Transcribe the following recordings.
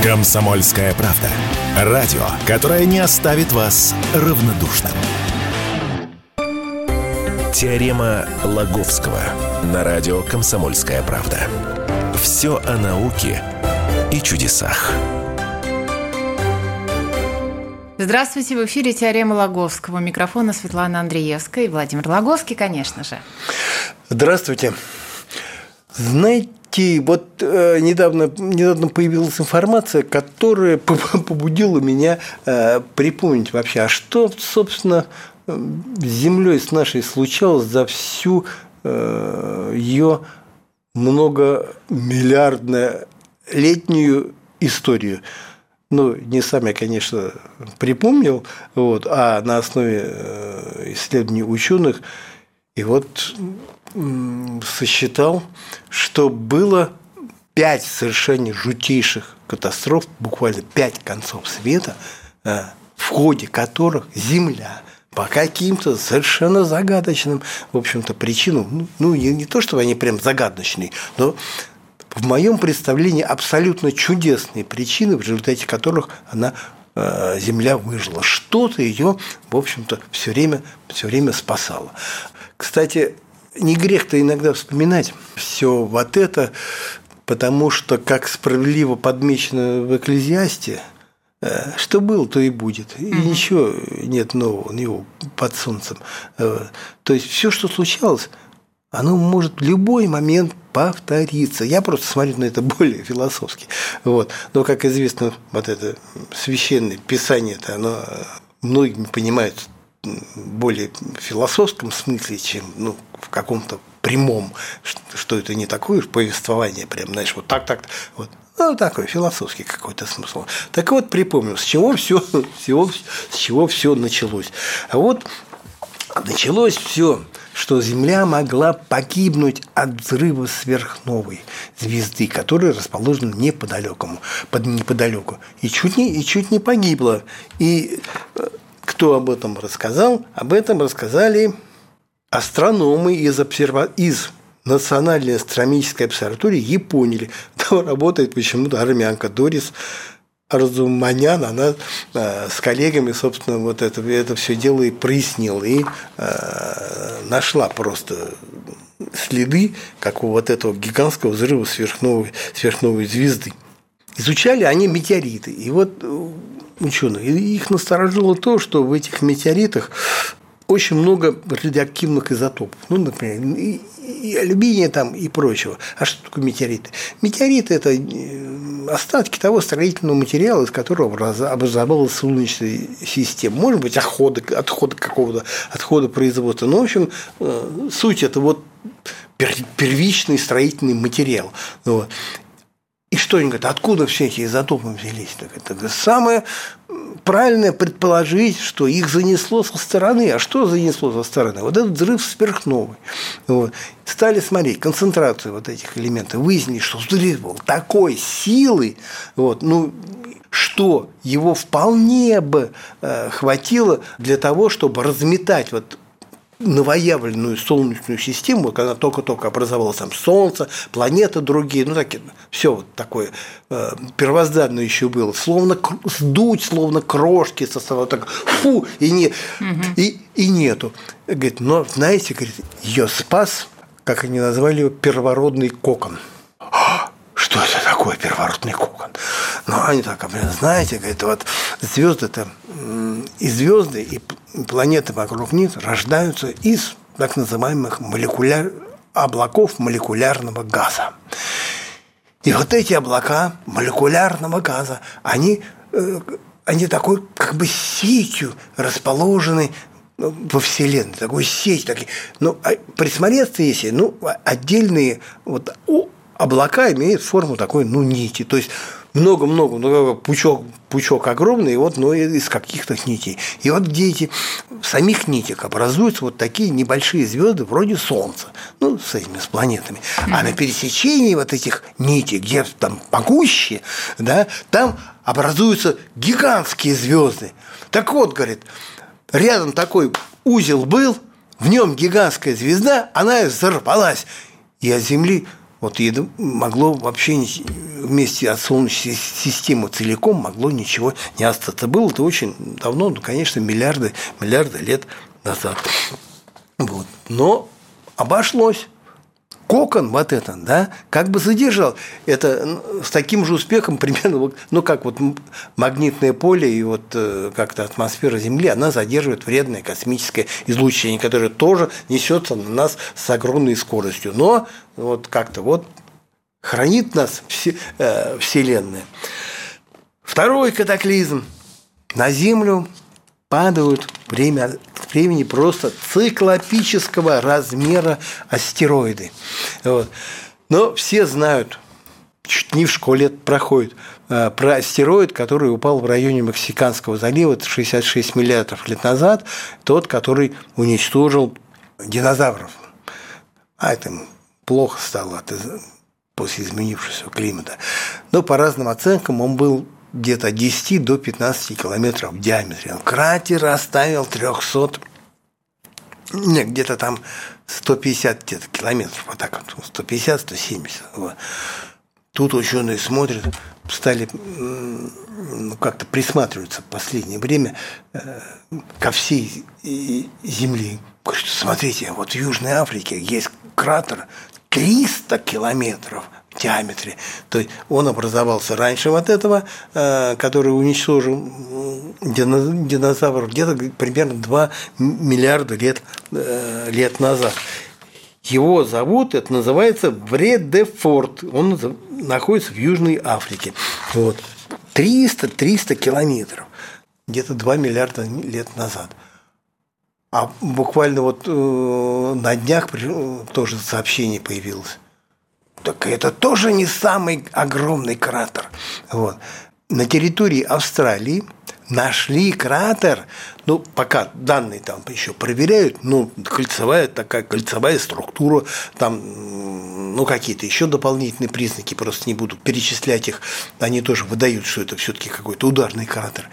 «Комсомольская правда». Радио, которое не оставит вас равнодушным. Теорема Лаговского на радио «Комсомольская правда». Все о науке и чудесах. Здравствуйте, в эфире «Теорема Лаговского». У микрофона Светлана Андреевская и Владимир Лаговский, конечно же. Здравствуйте. Знаете, вот недавно появилась информация, которая побудила меня припомнить вообще, а что, собственно, с Землей с нашей случалось за всю ее многомиллиардно-летнюю историю. Ну, не сам я, конечно, припомнил, а на основе исследований ученых. И вот сосчитал, что было 5 совершенно жутейших катастроф, буквально 5 концов света, в ходе которых Земля по каким-то совершенно загадочным, в общем-то, причинам, не то, что они прям загадочные, но в моем представлении абсолютно чудесные причины, в результате которых Земля выжила. Что-то ее, в общем-то, все время спасало. Кстати, не грех-то иногда вспоминать все вот это, потому что, как справедливо подмечено в «Экклезиасте», что было, то и будет. И ничего нет нового под солнцем. То есть все, что случалось, оно может в любой момент повториться. Я просто смотрю на это более философски. Но, как известно, вот это священное писание, оно многими понимают более философском смысле, чем в каком-то прямом, что это не такое повествование, прям, знаешь, вот так. Такой философский какой-то смысл. Так вот, припомнил, с чего все началось. А вот началось все, что Земля могла погибнуть от взрыва сверхновой звезды, которая расположена неподалеку, и чуть не погибла. И кто об этом рассказал? Об этом рассказали астрономы из Национальной астрономической обсерватории Японии. Там работает почему-то армянка Дорис Арзуманян. Она с коллегами, собственно, вот это все дело и прояснила. И нашла просто следы какого-то этого гигантского взрыва сверхновой звезды. Изучали они метеориты. И вот ученые, их насторожило то, что в этих метеоритах очень много радиоактивных изотопов. Например, и алюминия там и прочего. А что такое метеориты? Метеориты – это остатки того строительного материала, из которого образовалась Солнечная система. Может быть, отходы производства. В общем, суть – это вот первичный строительный материал. И что они говорят, откуда все эти изотопы взялись? Это самое правильное предположить, что их занесло со стороны. А что занесло со стороны? Вот этот взрыв сверхновой. Стали смотреть концентрацию вот этих элементов. Выяснили, что взрыв был такой силы, что его вполне бы хватило для того, чтобы разметать новоявленную Солнечную систему, когда только-только образовалось там Солнце, планеты другие, все такое первозданное еще было, словно сдуть, словно крошки со стола, так и нету. Говорит, но знаете, ее спас, как они назвали его, первородный кокон. Что это такое первородный кокон? Они так, знаете, говорит, звезды-то и звезды, и планеты вокруг них рождаются из так называемых облаков молекулярного газа. И вот эти облака молекулярного газа, они такой как бы сетью расположены во Вселенной, такой сеть, присмотреться, если, отдельные облака имеют форму такой, нити, то есть много-много, пучок огромный, из каких-то нитей. И где эти в самих нитях образуются такие небольшие звезды вроде Солнца, с планетами. А на пересечении этих нитей, где там погуще, там образуются гигантские звезды. Так вот, говорит, рядом такой узел был, в нем гигантская звезда, она взорвалась, и от Земли вот могло вообще вместе от Солнечной системы целиком могло ничего не остаться. Было это очень давно, ну, конечно, миллиарды лет назад. Вот. Но обошлось. Кокон вот этот, да, как бы задержал. Это с таким же успехом примерно, ну, как вот магнитное поле и вот как-то атмосфера Земли, она задерживает вредное космическое излучение, которое тоже несется на нас с огромной скоростью. Но вот как-то вот хранит нас Вселенная. Второй катаклизм. На Землю падают время от времени просто циклопического размера астероиды. Вот. Но все знают, чуть не в школе это проходит, про астероид, который упал в районе Мексиканского залива 66 миллиардов лет назад, тот, который уничтожил динозавров. А это плохо стало после изменившегося климата. Но по разным оценкам он был где-то от 10 до 15 километров в диаметре. Кратер оставил 300, нет, где-то там 150 где-то километров, вот так вот, 150-170. Вот. Тут ученые смотрят, стали как-то присматриваться в последнее время ко всей Земле. Говорят, смотрите, вот в Южной Африке есть кратер 300 километров в диаметре. То есть он образовался раньше вот этого, который уничтожил динозавров где-то примерно 2 миллиарда лет назад. Его зовут, это называется Вредефорд. Он находится в Южной Африке. Вот. 300 километров. Где-то 2 миллиарда лет назад. А буквально вот на днях тоже сообщение появилось. Так это тоже не самый огромный кратер. Вот. На территории Австралии нашли кратер, ну, пока данные там еще проверяют, ну, кольцевая структура, там, ну, какие-то еще дополнительные признаки, просто не буду перечислять их, они тоже выдают, что это все-таки какой-то ударный кратер.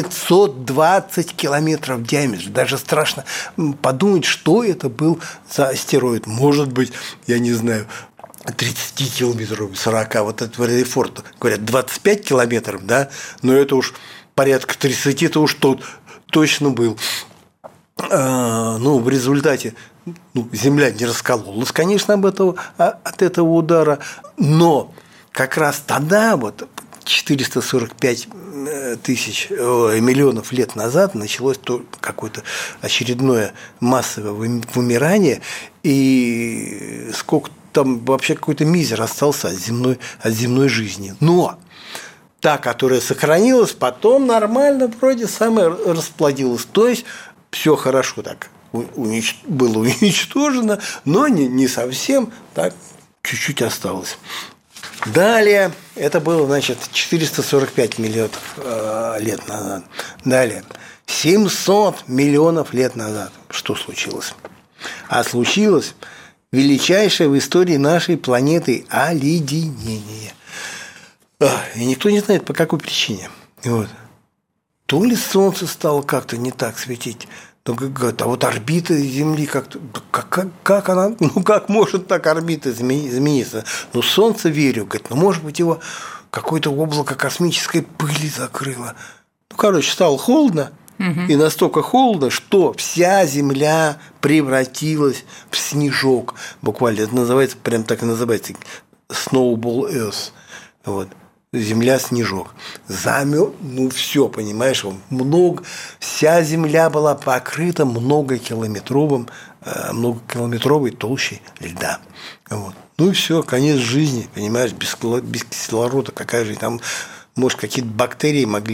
520 километров в диаметре, даже страшно подумать, что это был за астероид. Может быть, я не знаю, 30 километров, 40, вот этот Вредефорд, говорят, 25 километров, да, но это уж порядка 30, это уж тот точно был. Ну, в результате Земля не раскололась, конечно, от этого удара, но как раз тогда, вот 445 миллионов лет назад, началось какое-то очередное массовое вымирание, и сколько там вообще какой-то мизер остался от земной жизни. Но та, которая сохранилась, потом нормально вроде самая расплодилась. То есть все хорошо так было уничтожено, но не совсем, так чуть-чуть осталось. Далее, это было, значит, 445 миллионов лет назад. Далее, 700 миллионов лет назад. Что случилось? А случилось величайшее в истории нашей планеты оледенение. И никто не знает, по какой причине. Вот. То ли Солнце стало как-то не так светить, а вот орбита Земли как-то... Как она... Ну, как может так орбита измениться? Ну, Солнце верю. Говорит, ну, может быть, его какое-то облако космической пыли закрыло. Ну, короче, стало холодно. И настолько холодно, что вся Земля превратилась в снежок. Буквально это называется, прям так и называется, Snowball Earth. Вот. Земля-снежок. Замёрз, ну все, понимаешь, вся Земля была покрыта многокилометровой толщей льда. Вот. Ну и все, конец жизни, понимаешь, без кислорода, какая же там, может, какие-то бактерии могли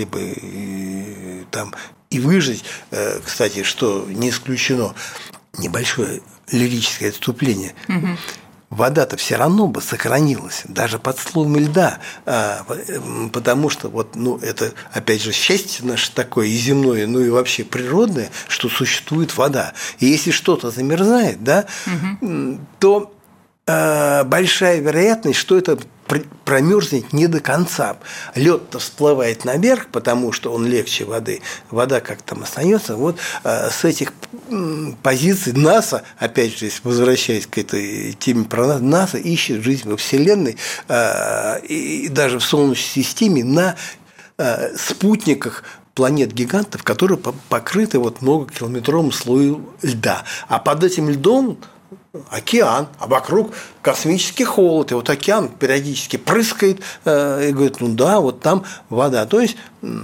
бы там и выжить, кстати, что не исключено. Небольшое лирическое отступление. Вода-то все равно бы сохранилась, даже под слоем льда, потому что вот, ну, это, опять же, счастье наше такое и земное, ну и вообще природное, что существует вода. И если что-то замерзает, да, то большая вероятность, что это промерзнет не до конца. Лед-то всплывает наверх, потому что он легче воды. Вода как там остается. Вот с этих позиций НАСА, опять же, возвращаясь к этой теме про нас, НАСА ищет жизнь во Вселенной и даже в Солнечной системе на спутниках планет-гигантов, которые покрыты вот многокилометровым слоем льда. А под этим льдом океан, а вокруг космический холод. И вот океан периодически прыскает и говорит, ну да, вот там вода. То есть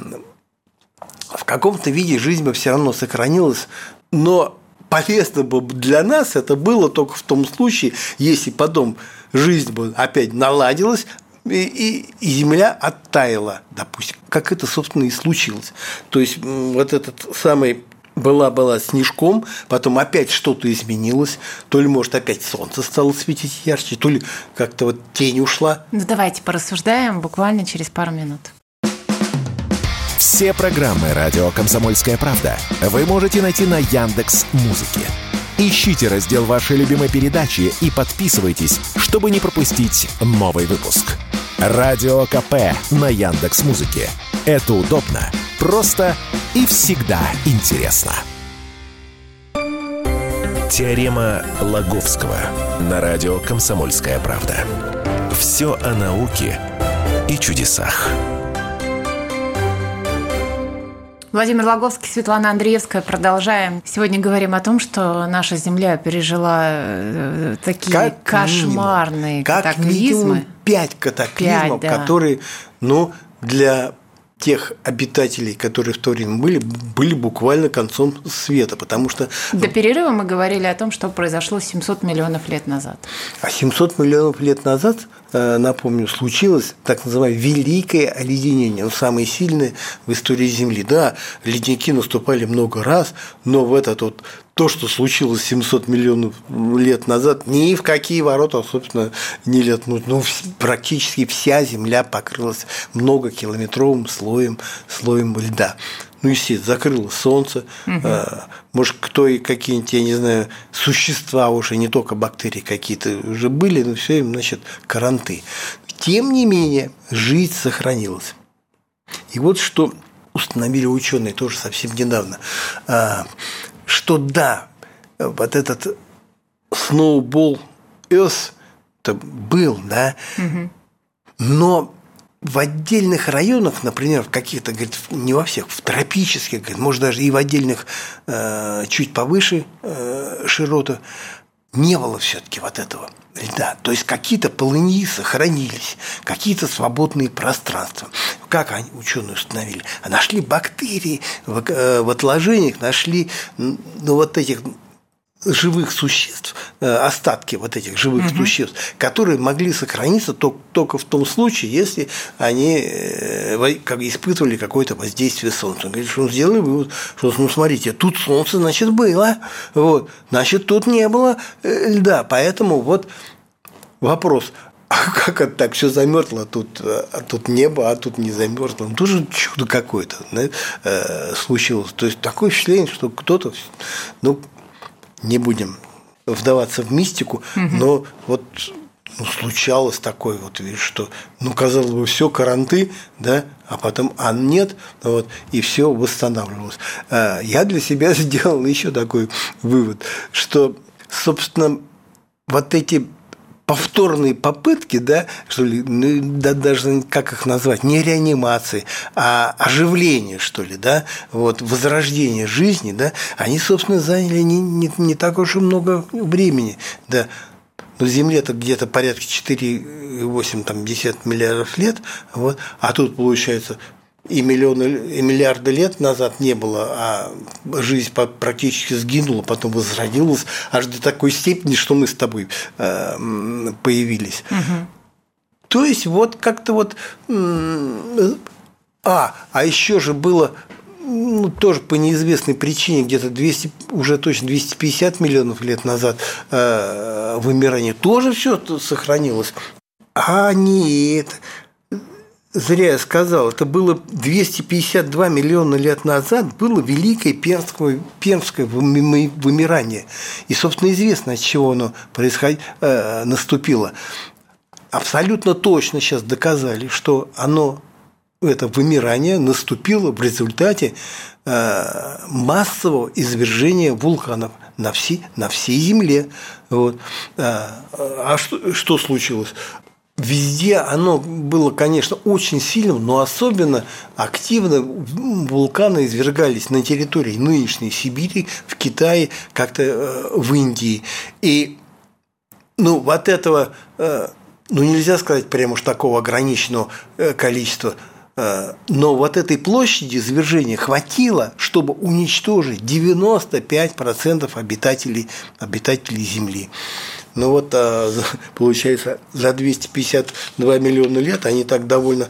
в каком-то виде жизнь бы все равно сохранилась, но полезно бы для нас это было только в том случае, если потом жизнь бы опять наладилась, и Земля оттаяла, допустим, как это, собственно, и случилось. То есть вот этот самый была снежком, потом опять что-то изменилось, то ли, может, опять солнце стало светить ярче, то ли как-то вот тень ушла. Ну, давайте порассуждаем буквально через пару минут. Все программы «Радио Комсомольская правда» вы можете найти на Яндекс.Музыке. Ищите раздел вашей любимой передачи и подписывайтесь, чтобы не пропустить новый выпуск. Радио КП на Яндекс.Музыке. Это удобно, просто и всегда интересно. Теорема Лаговского на радио «Комсомольская правда». Все о науке и чудесах. Владимир Лаговский, Светлана Андреевская. Продолжаем. Сегодня говорим о том, что наша Земля пережила такие кошмарные катаклизмы. Минимум 5 катаклизмов, которые, для тех обитателей, которые в то время были буквально концом света, потому что… До перерыва мы говорили о том, что произошло 700 миллионов лет назад. А 700 миллионов лет назад, напомню, случилось так называемое великое оледенение, самое сильное в истории Земли. Да, ледники наступали много раз, но в этот вот то, что случилось 700 миллионов лет назад, ни в какие ворота, собственно, не лет. Практически вся Земля покрылась многокилометровым слоем льда. Естественно, закрыло солнце. Может, какие-нибудь, я не знаю, существа уже, не только бактерии какие-то уже были, но все им, каранты. Тем не менее, жизнь сохранилась. И вот что установили ученые тоже совсем недавно, что да, вот этот Snowball Earth был, да, но в отдельных районах, например, в каких-то, говорит, не во всех, в тропических, говорит, может, даже и в отдельных чуть повыше широтах, не было все-таки вот этого льда. То есть какие-то полыньи сохранились, какие-то свободные пространства. Как ученые установили? Нашли бактерии в отложениях, нашли вот этих живых существ, остатки вот этих живых существ, которые могли сохраниться только в том случае, если они испытывали какое-то воздействие солнца. Он говорит, что он сделал вывод, что, смотрите, тут солнце, значит, было, вот, значит, тут не было льда. Поэтому вот вопрос, а как это так все замерзло, а тут небо, а тут не замерзло. Тоже чудо какое-то случилось. То есть такое впечатление, что кто-то, не будем вдаваться в мистику, но вот случалось такое, вот, что, казалось бы, все каранты, да, а потом нет, вот, и все восстанавливалось. Я для себя сделал еще такой вывод, что, собственно, вот эти повторные попытки, да, что ли, даже как их назвать, не реанимации, а оживление, что ли, да, вот, возрождение жизни, да, они, собственно, заняли не так уж и много времени, да. Но Земле-то где-то порядка 4,8 миллиардов лет, вот, а тут, получается, и миллиарды лет назад не было, а жизнь практически сгинула, потом возродилась аж до такой степени, что мы с тобой появились. То есть вот как-то вот… А еще же было… тоже по неизвестной причине, где-то 250 миллионов лет назад вымирание, тоже все все А нет, зря я сказал, это было 252 миллиона лет назад, было великое пермское вымирание. И, собственно, известно, от чего оно наступило. абсолютно точно сейчас доказали, что это вымирание наступило в результате массового извержения вулканов на всей Земле. Вот. А что случилось? Везде оно было, конечно, очень сильным, но особенно активно вулканы извергались на территории нынешней Сибири, в Китае, как-то в Индии. И вот этого, нельзя сказать прямо уж такого ограниченного количества, но вот этой площади извержения хватило, чтобы уничтожить 95% обитателей Земли. Получается, за 252 миллиона лет они так довольно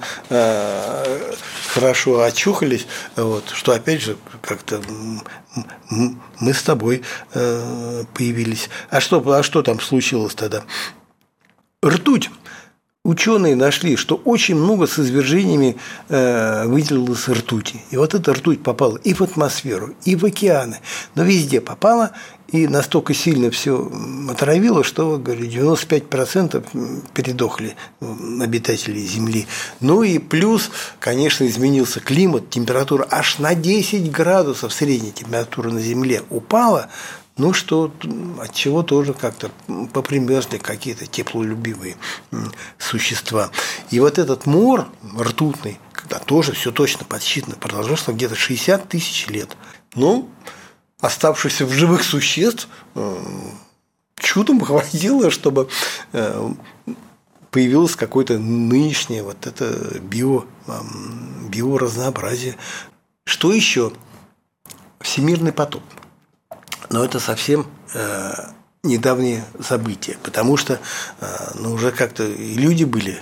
хорошо очухались, что, опять же, как-то мы с тобой появились. А что там случилось тогда? Ртуть. Ученые нашли, что очень много с извержениями выделилось ртути. И вот эта ртуть попала и в атмосферу, и в океаны. Но везде попала, и настолько сильно все отравило, что, говорю, 95% передохли обитатели Земли. И плюс, конечно, изменился климат, температура аж на 10 градусов средняя температура на Земле упала. От чего тоже как-то попримерзли какие-то теплолюбивые существа. И вот этот мор ртутный, когда тоже все точно подсчитано, продолжался где-то 60 тысяч лет. Оставшихся в живых существ чудом хватило, чтобы появилось какое-то нынешнее это биоразнообразие. Что еще? Всемирный потоп. Но это совсем недавнее событие, потому что уже как-то и люди были,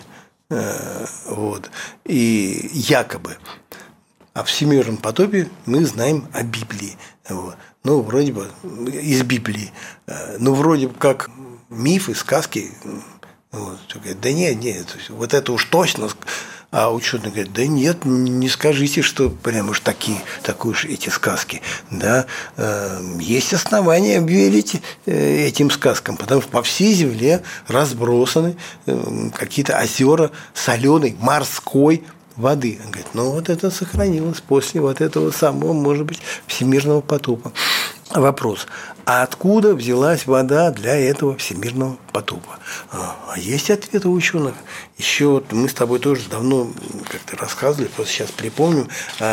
и якобы о всемирном потопе мы знаем о Библии. Вроде бы из Библии, вроде бы как мифы, сказки. Да нет, вот это уж точно. А ученые говорят, да нет, не скажите, что прям уж такие уж эти сказки. Да, есть основания верить этим сказкам, потому что по всей Земле разбросаны какие-то озера соленой морской воды. Он говорит, это сохранилось после этого самого, может быть, всемирного потопа. Вопрос, а откуда взялась вода для этого всемирного потопа? А есть ответ у ученых. Еще мы с тобой тоже давно как-то рассказывали, просто сейчас припомню.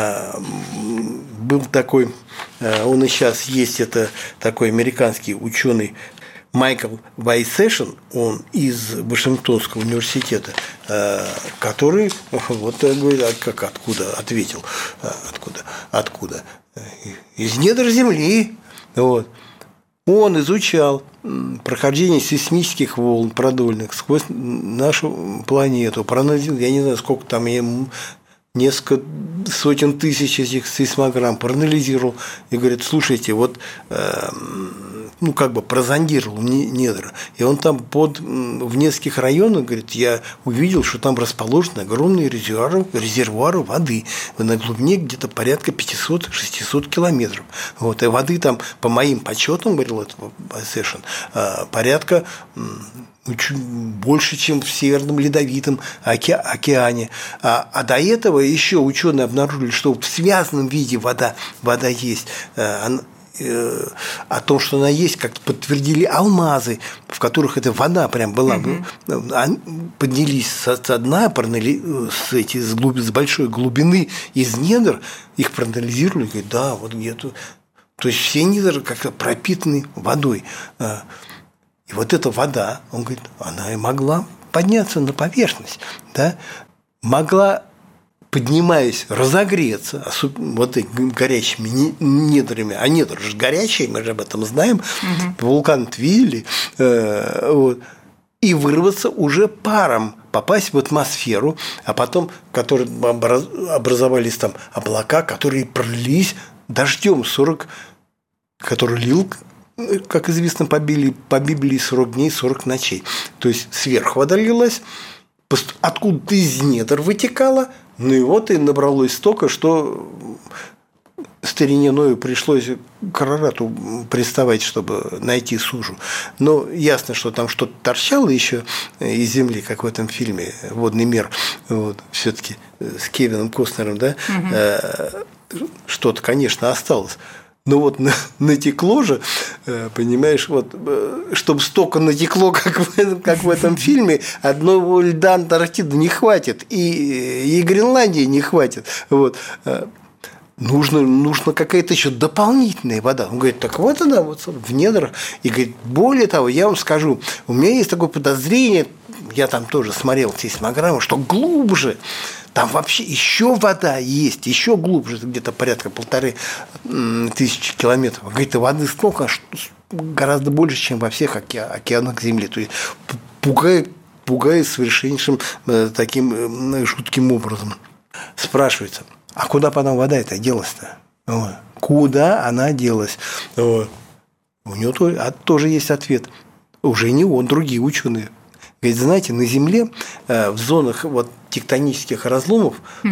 Был такой, он и сейчас есть, это такой американский ученый Майкл Вайсешин, он из Вашингтонского университета, который, говорит, откуда, ответил, откуда? Из недр Земли. Он изучал прохождение сейсмических волн продольных сквозь нашу планету, проанализировал, я не знаю, сколько там, несколько сотен тысяч этих сейсмограмм проанализировал и говорит, слушайте, прозондировал недра. И он там в нескольких районах, говорит, я увидел, что там расположены огромные резервуары воды на глубине где-то порядка 500-600 километров. И воды там, по моим подсчетам, говорил Сешин, порядка больше, чем в Северном Ледовитом океане. А до этого еще ученые обнаружили, что в связанном виде вода есть. О том, что она есть, как подтвердили алмазы, в которых эта вода прям была. Поднялись со дна, с большой глубины из недр, их проанализировали, говорят, да, где-то. То есть все недра как-то пропитаны водой. И эта вода, он говорит, она и могла подняться на поверхность, да? Могла, поднимаясь, разогреться, особенно горячими недрами, а недра же горячие, мы же об этом знаем, вулкан видели, и вырваться уже паром, попасть в атмосферу, а потом, в которой образовались там облака, которые пролились дождем, который лил, как известно, по Библии 40 дней, 40 ночей. То есть сверху вода лилась, откуда-то из недр вытекала, и набралось столько, что старине Ною пришлось к Арарату приставать, чтобы найти сушу. Но ясно, что там что-то торчало еще из земли, как в этом фильме «Водный мир», вот, все-таки с Кевином Костнером, да, что-то, конечно, осталось. Но вот натекло же, понимаешь, вот, чтобы столько натекло, как в этом фильме, одного льда Антарктиды не хватит, и Гренландии не хватит. Вот. Нужна какая-то еще дополнительная вода. Он говорит, так вот она, вот в недрах. И говорит, более того, я вам скажу, у меня есть такое подозрение, я там тоже смотрел сейсмограмму, что глубже, там вообще еще вода есть, еще глубже, где-то порядка 1500 километров. Говорит, воды столько, гораздо больше, чем во всех океанах Земли. То есть пугает совершеннейшим таким жутким образом. Спрашивается, а куда потом вода-то делась-то? Вот. Куда она делась? Вот. У него тоже есть ответ. Уже не он, другие ученые. Говорит, знаете, на Земле в зонах вот, тектонических разломов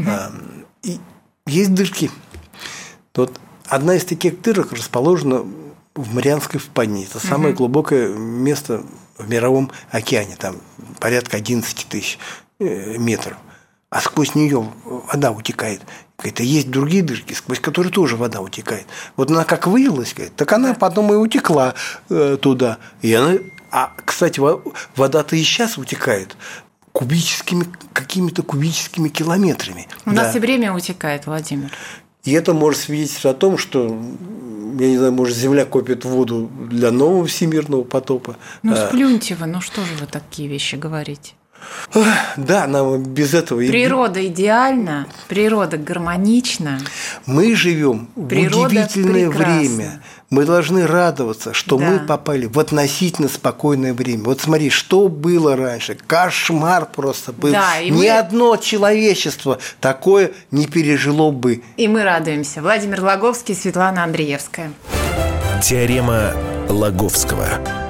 есть дырки. Вот одна из таких дырок расположена в Марианской впадине. Это самое глубокое место в мировом океане. Там порядка 11 тысяч метров. А сквозь нее вода утекает. Говорит, а есть другие дырки, сквозь которые тоже вода утекает. Вот она как вылилась, говорит, так она потом и утекла туда. И она... А, кстати, вода-то и сейчас утекает какими-то кубическими километрами. У нас и время утекает, Владимир. И это может свидетельствовать о том, что, я не знаю, может, Земля копит воду для нового всемирного потопа. Ну, сплюньте вы, ну что же вы такие вещи говорите? Да, нам без этого... Природа идеальна, природа гармонична. Мы живем в удивительное время. Мы должны радоваться, что мы попали в относительно спокойное время. Вот смотри, что было раньше. Кошмар просто был. Да, ни одно человечество такое не пережило бы. И мы радуемся. Владимир Логовский, Светлана Андреевская. Теорема Лаговского.